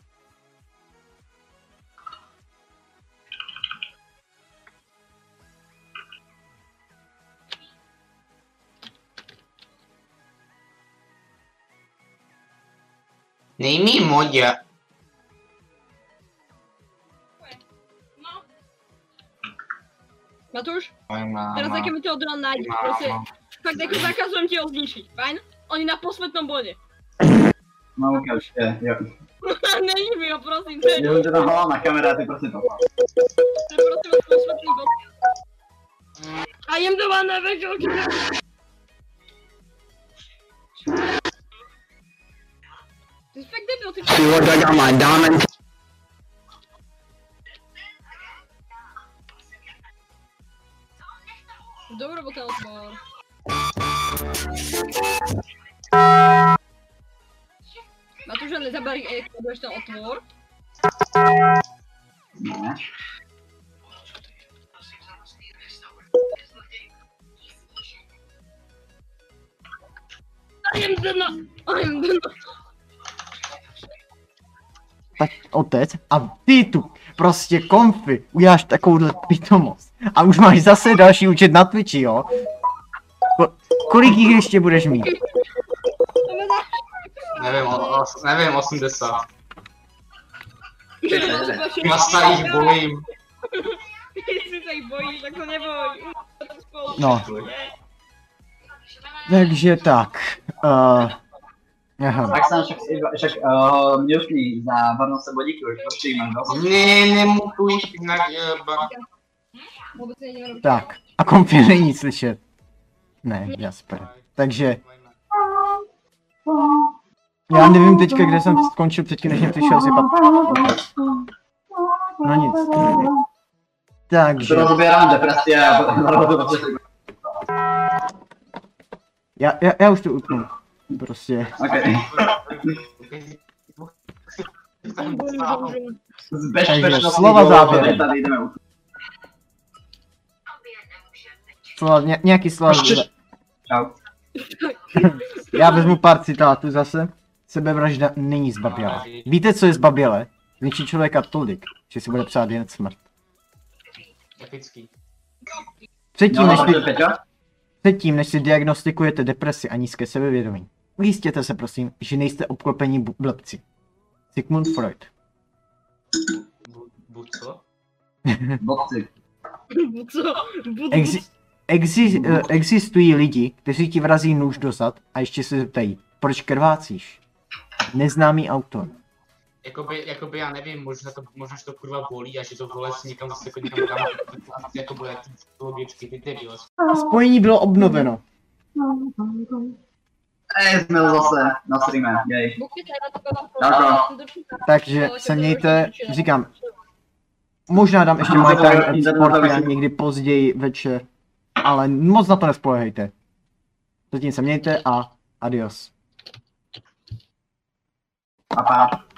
Nejmí modě. No. Matuš, Moje máma. teraz jak mi to odral nájde, prostě, fakt jako zakazujem ti ho zničiť, fajn? Oni na posvetnom bode. No ok, už je, jo. Není mi ho, prosím, to je, Jo, to tam hala na kamera, ty prostě to. to je prosím vás posvetný bod. A jem to vám nevečer, ty jsi fakt debil, ty See what I got my diamond. Dobrou robotu, otvor. Matuša, nezabalí, jak budeš ten otvor. Ne. I am dno, I am dno. Tak otec a ty tu prostě konfy uděláš takovouhle pitomost. A už máš zase další účet na Twitchi, jo? Ko- kolik jich ještě budeš mít? Nevím, o, o, nevím, osmdesát. Ty Já se jich bojím. Ty se jich bojíš, tak to neboj. Spolu. No. Takže tak. Uh, aha. Tak jsem však, však uh, mě už ní za varnost se bodíky, už prostě mám dost. Ne, nemutuj, jinak jeba. Vůbec není jenom. Tak. A konfy není slyšet. Ne, Jasper. Takže já nevím teďka, kde jsem skončil předtím, než mě přišel sypat. No nic. Takže. To rozbírám depresie a narodu to prostě. Já, já, já už to utnu. Prostě. Ok. Z bezpečnostní slova důvodu závěrem. tady jdeme ut. Slova, ně, nějaký slova. Čau. Já vezmu pár citátů zase. Sebevražda není zbabělá. Víte, co je zbabělé? Zničí člověka tolik, že si bude přát jen smrt. Epický. Předtím, No, než takže si, Peťo? předtím, než si diagnostikujete depresi a nízké sebevědomí, ujistěte se prosím, že nejste obklopení bu- blbci. Sigmund Freud. Buď co? Bodci. Co? Exi- exi- eh, existují lidi, kteří ti vrazí nůž do zad a ještě se zeptají, proč krvácíš? Neznámý autor. Jakoby, jakoby já nevím, možná to, možná že to kurva bolí a že to vole si někam zase jako někam dám, asi jako bude ty logičky, ty ty dios. Spojení bylo obnoveno. Ej, jsme zase na streame, jej. Buky teda to Tako. Takže se mějte, říkám, možná dám ještě My Time at Scorpion někdy později večer, ale moc na to nespolehejte. Zatím se mějte a adios. A pa.